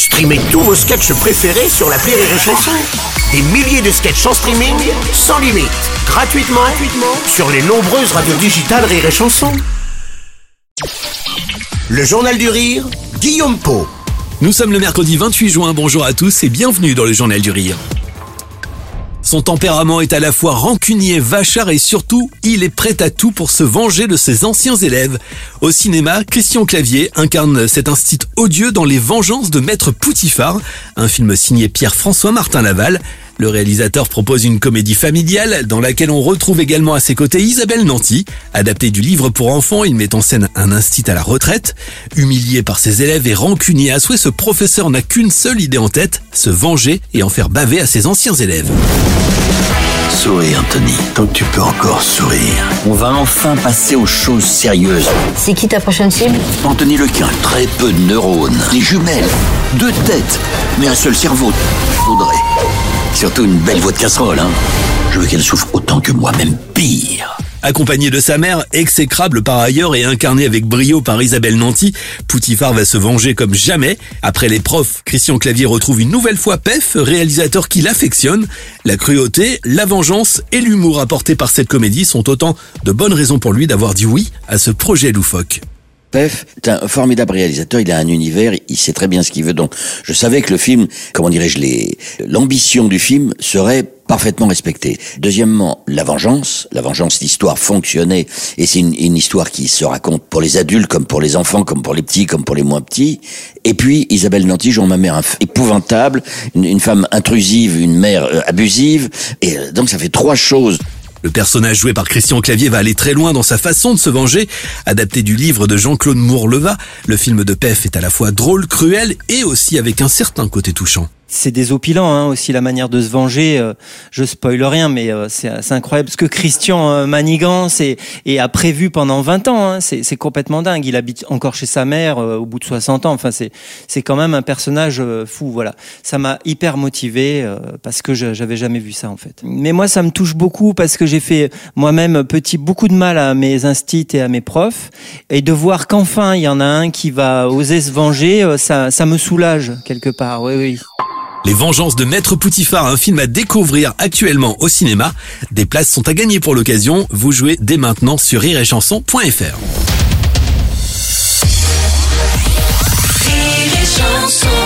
Streamez tous vos sketchs préférés sur l'appli Rire et Chanson. Des milliers de sketchs en streaming, sans limite, gratuitement sur les nombreuses radios digitales Rire et Chanson. Le Journal du Rire, Guillaume Pau. Nous sommes le mercredi 28 juin, bonjour à tous et bienvenue dans le Journal du Rire. Son tempérament est à la fois rancunier, vachard et surtout, il est prêt à tout pour se venger de ses anciens élèves. Au cinéma, Christian Clavier incarne cet instinct odieux dans Les Vengeances de Maître Poutifard, un film signé Pierre-François Martin Laval. Le réalisateur propose une comédie familiale dans laquelle on retrouve également à ses côtés Isabelle Nanty. Adapté du livre pour enfants, il met en scène un instit à la retraite. Humilié par ses élèves et rancunier à souhait, ce professeur n'a qu'une seule idée en tête, se venger et en faire baver à ses anciens élèves. Souris, Anthony, tant que tu peux encore sourire. On va enfin passer aux choses sérieuses. C'est qui ta prochaine cible? Anthony Lequin, très peu de neurones, des jumelles, 2 têtes, mais un seul cerveau. Faudrait. Surtout une belle voix de casserole, hein. Je veux qu'elle souffre autant que moi, même pire. Accompagné de sa mère, exécrable par ailleurs et incarnée avec brio par Isabelle Nanty, Poutifard va se venger comme jamais. Après les profs, Christian Clavier retrouve une nouvelle fois Pef, réalisateur qu'il affectionne. La cruauté, la vengeance et l'humour apportés par cette comédie sont autant de bonnes raisons pour lui d'avoir dit oui à ce projet loufoque. Pef est un formidable réalisateur, il a un univers, il sait très bien ce qu'il veut, donc je savais que le film, comment dirais-je, l'ambition du film serait parfaitement respectée. Deuxièmement, la vengeance, l'histoire fonctionnait, et c'est une histoire qui se raconte pour les adultes, comme pour les enfants, comme pour les petits, comme pour les moins petits. Et puis, Isabelle Nanty joue ma mère épouvantable, une femme intrusive, une mère abusive, et donc ça fait 3 choses. Le personnage joué par Christian Clavier va aller très loin dans sa façon de se venger. Adapté du livre de Jean-Claude Mourleva, le film de Pef est à la fois drôle, cruel et aussi avec un certain côté touchant. C'est désopilant aussi la manière de se venger. Je spoile rien, mais c'est incroyable ce que Christian manigance et a prévu pendant 20 ans. C'est complètement dingue. Il habite encore chez sa mère au bout de 60 ans. Enfin, c'est quand même un personnage fou. Voilà, ça m'a hyper motivé parce que j'avais jamais vu ça en fait. Mais moi, ça me touche beaucoup parce que j'ai fait moi-même beaucoup de mal à mes instits et à mes profs, et de voir qu'enfin il y en a un qui va oser se venger, ça me soulage quelque part. Oui. Les Vengeances de Maître Poutifard, un film à découvrir actuellement au cinéma. Des places sont à gagner pour l'occasion. Vous jouez dès maintenant sur rireetchanson.fr. Rire et Chanson.